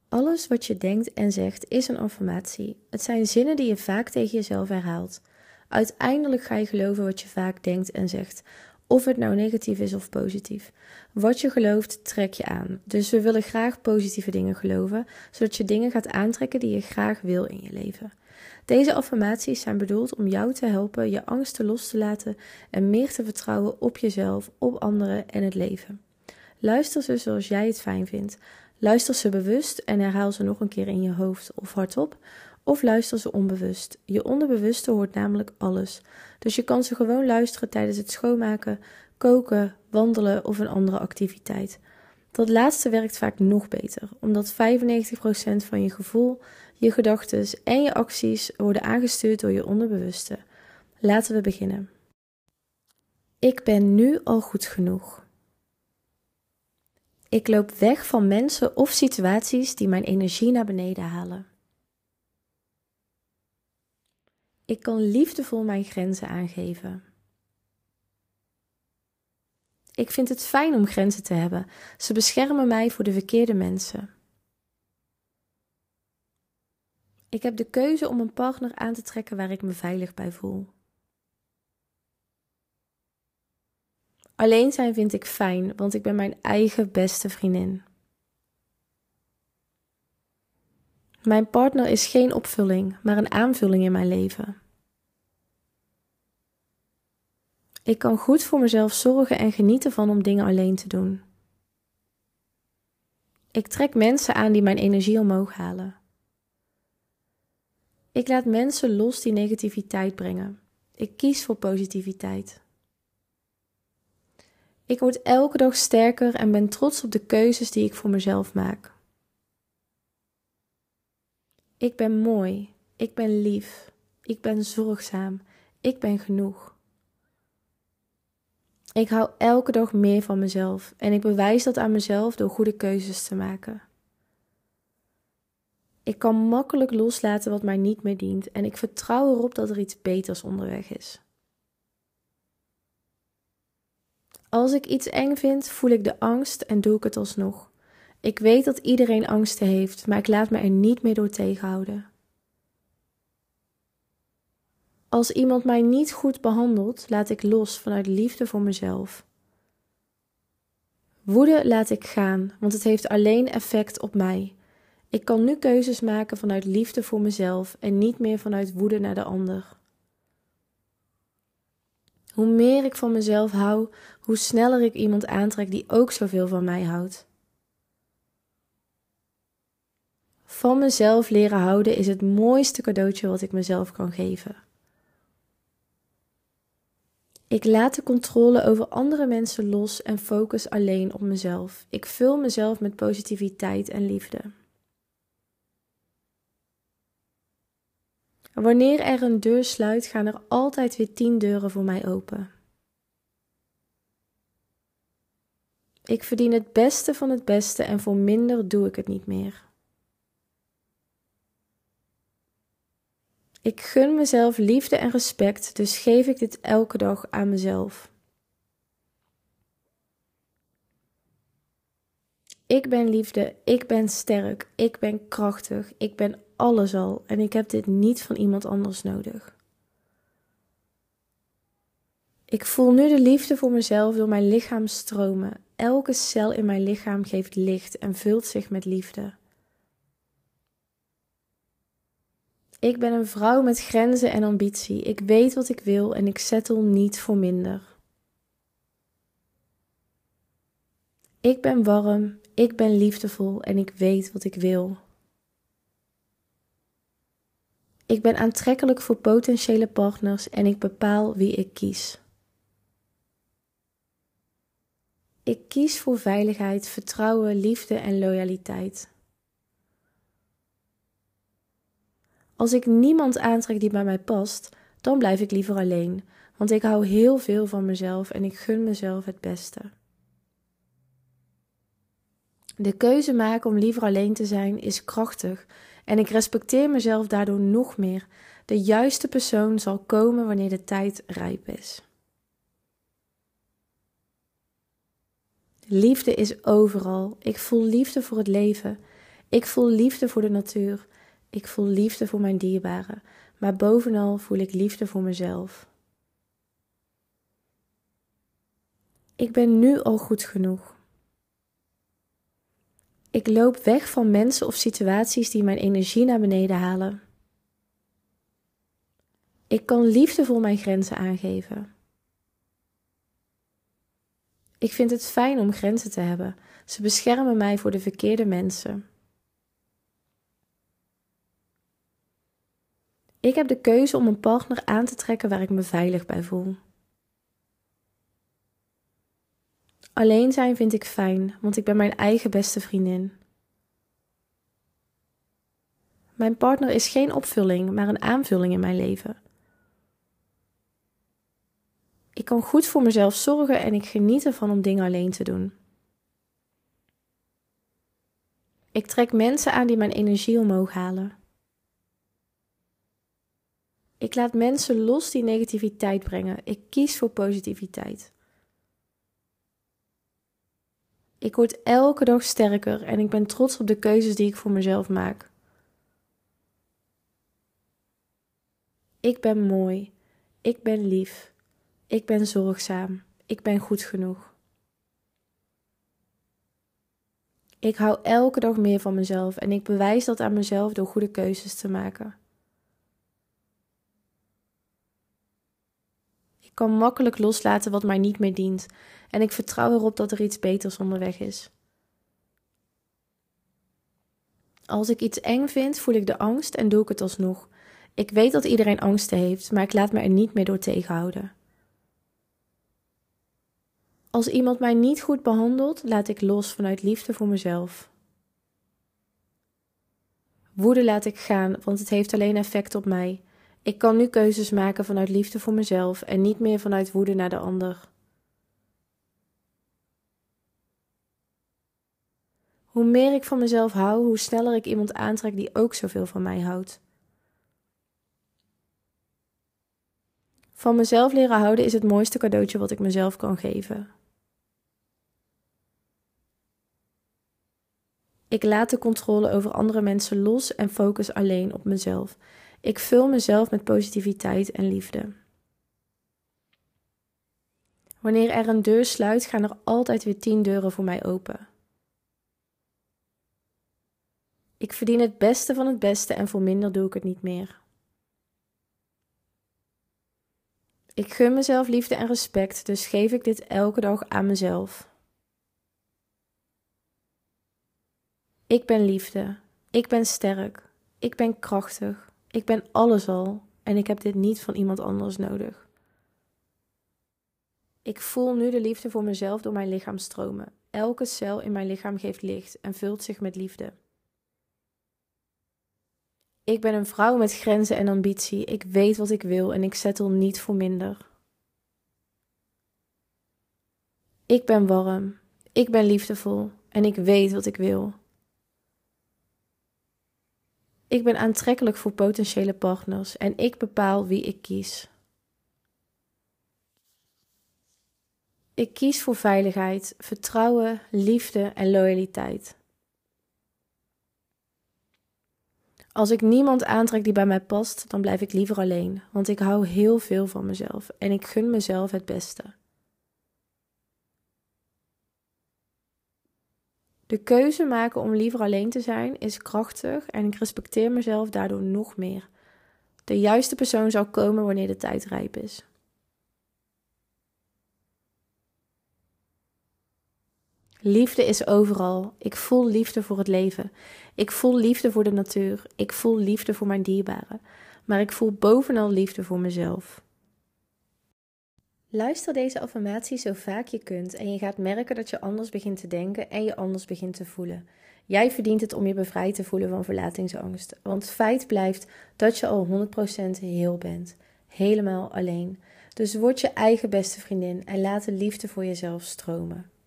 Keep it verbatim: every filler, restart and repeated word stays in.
Alles wat je denkt en zegt is een affirmatie. Het zijn zinnen die je vaak tegen jezelf herhaalt. Uiteindelijk ga je geloven wat je vaak denkt en zegt, of het nou negatief is of positief. Wat je gelooft, trek je aan. Dus we willen graag positieve dingen geloven, zodat je dingen gaat aantrekken die je graag wil in je leven. Deze affirmaties zijn bedoeld om jou te helpen je angsten los te laten en meer te vertrouwen op jezelf, op anderen en het leven. Luister ze zoals jij het fijn vindt. Luister ze bewust en herhaal ze nog een keer in je hoofd of hardop, of luister ze onbewust. Je onderbewuste hoort namelijk alles, dus je kan ze gewoon luisteren tijdens het schoonmaken, koken, wandelen of een andere activiteit. Dat laatste werkt vaak nog beter, omdat vijfennegentig procent van je gevoel, je gedachten en je acties worden aangestuurd door je onderbewuste. Laten we beginnen. Ik ben nu al goed genoeg. Ik loop weg van mensen of situaties die mijn energie naar beneden halen. Ik kan liefdevol mijn grenzen aangeven. Ik vind het fijn om grenzen te hebben. Ze beschermen mij voor de verkeerde mensen. Ik heb de keuze om een partner aan te trekken waar ik me veilig bij voel. Alleen zijn vind ik fijn, want ik ben mijn eigen beste vriendin. Mijn partner is geen opvulling, maar een aanvulling in mijn leven. Ik kan goed voor mezelf zorgen en genieten van om dingen alleen te doen. Ik trek mensen aan die mijn energie omhoog halen. Ik laat mensen los die negativiteit brengen. Ik kies voor positiviteit. Ik word elke dag sterker en ben trots op de keuzes die ik voor mezelf maak. Ik ben mooi, ik ben lief, ik ben zorgzaam, ik ben genoeg. Ik hou elke dag meer van mezelf en ik bewijs dat aan mezelf door goede keuzes te maken. Ik kan makkelijk loslaten wat mij niet meer dient en ik vertrouw erop dat er iets beters onderweg is. Als ik iets eng vind, voel ik de angst en doe ik het alsnog. Ik weet dat iedereen angsten heeft, maar ik laat me er niet meer door tegenhouden. Als iemand mij niet goed behandelt, laat ik los vanuit liefde voor mezelf. Woede laat ik gaan, want het heeft alleen effect op mij. Ik kan nu keuzes maken vanuit liefde voor mezelf en niet meer vanuit woede naar de ander. Hoe meer ik van mezelf hou, hoe sneller ik iemand aantrek die ook zoveel van mij houdt. Van mezelf leren houden is het mooiste cadeautje wat ik mezelf kan geven. Ik laat de controle over andere mensen los en focus alleen op mezelf. Ik vul mezelf met positiviteit en liefde. Wanneer er een deur sluit, gaan er altijd weer tien deuren voor mij open. Ik verdien het beste van het beste en voor minder doe ik het niet meer. Ik gun mezelf liefde en respect, dus geef ik dit elke dag aan mezelf. Ik ben liefde, ik ben sterk, ik ben krachtig, ik ben alles al en ik heb dit niet van iemand anders nodig. Ik voel nu de liefde voor mezelf door mijn lichaam stromen. Elke cel in mijn lichaam geeft licht en vult zich met liefde. Ik ben een vrouw met grenzen en ambitie. Ik weet wat ik wil en ik settle niet voor minder. Ik ben warm, ik ben liefdevol en ik weet wat ik wil. Ik ben aantrekkelijk voor potentiële partners en ik bepaal wie ik kies. Ik kies voor veiligheid, vertrouwen, liefde en loyaliteit. Als ik niemand aantrek die bij mij past, dan blijf ik liever alleen, want ik hou heel veel van mezelf en ik gun mezelf het beste. De keuze maken om liever alleen te zijn is krachtig en ik respecteer mezelf daardoor nog meer. De juiste persoon zal komen wanneer de tijd rijp is. Liefde is overal. Ik voel liefde voor het leven. Ik voel liefde voor de natuur. Ik voel liefde voor mijn dierbaren. Maar bovenal voel ik liefde voor mezelf. Ik ben nu al goed genoeg. Ik loop weg van mensen of situaties die mijn energie naar beneden halen. Ik kan liefdevol mijn grenzen aangeven. Ik vind het fijn om grenzen te hebben. Ze beschermen mij voor de verkeerde mensen. Ik heb de keuze om een partner aan te trekken waar ik me veilig bij voel. Alleen zijn vind ik fijn, want ik ben mijn eigen beste vriendin. Mijn partner is geen opvulling, maar een aanvulling in mijn leven. Ik kan goed voor mezelf zorgen en ik geniet ervan om dingen alleen te doen. Ik trek mensen aan die mijn energie omhoog halen. Ik laat mensen los die negativiteit brengen. Ik kies voor positiviteit. Ik word elke dag sterker en ik ben trots op de keuzes die ik voor mezelf maak. Ik ben mooi. Ik ben lief. Ik ben zorgzaam. Ik ben goed genoeg. Ik hou elke dag meer van mezelf en ik bewijs dat aan mezelf door goede keuzes te maken. Ik kan makkelijk loslaten wat mij niet meer dient en ik vertrouw erop dat er iets beters onderweg is. Als ik iets eng vind, voel ik de angst en doe ik het alsnog. Ik weet dat iedereen angsten heeft, maar ik laat me er niet meer door tegenhouden. Als iemand mij niet goed behandelt, laat ik los vanuit liefde voor mezelf. Woede laat ik gaan, want het heeft alleen effect op mij. Ik kan nu keuzes maken vanuit liefde voor mezelf en niet meer vanuit woede naar de ander. Hoe meer ik van mezelf hou, hoe sneller ik iemand aantrek die ook zoveel van mij houdt. Van mezelf leren houden is het mooiste cadeautje wat ik mezelf kan geven. Ik laat de controle over andere mensen los en focus alleen op mezelf. Ik vul mezelf met positiviteit en liefde. Wanneer er een deur sluit, gaan er altijd weer tien deuren voor mij open. Ik verdien het beste van het beste en voor minder doe ik het niet meer. Ik gun mezelf liefde en respect, dus geef ik dit elke dag aan mezelf. Ik ben liefde. Ik ben sterk. Ik ben krachtig. Ik ben alles al en ik heb dit niet van iemand anders nodig. Ik voel nu de liefde voor mezelf door mijn lichaam stromen. Elke cel in mijn lichaam geeft licht en vult zich met liefde. Ik ben een vrouw met grenzen en ambitie. Ik weet wat ik wil en ik settle niet voor minder. Ik ben warm. Ik ben liefdevol en ik weet wat ik wil. Ik ben aantrekkelijk voor potentiële partners en ik bepaal wie ik kies. Ik kies voor veiligheid, vertrouwen, liefde en loyaliteit. Als ik niemand aantrek die bij mij past, dan blijf ik liever alleen, want ik hou heel veel van mezelf en ik gun mezelf het beste. De keuze maken om liever alleen te zijn is krachtig en ik respecteer mezelf daardoor nog meer. De juiste persoon zal komen wanneer de tijd rijp is. Liefde is overal. Ik voel liefde voor het leven. Ik voel liefde voor de natuur. Ik voel liefde voor mijn dierbaren. Maar ik voel bovenal liefde voor mezelf. Luister deze affirmatie zo vaak je kunt en je gaat merken dat je anders begint te denken en je anders begint te voelen. Jij verdient het om je bevrijd te voelen van verlatingsangst. Want feit blijft dat je al honderd procent heel bent. Helemaal alleen. Dus word je eigen beste vriendin en laat de liefde voor jezelf stromen.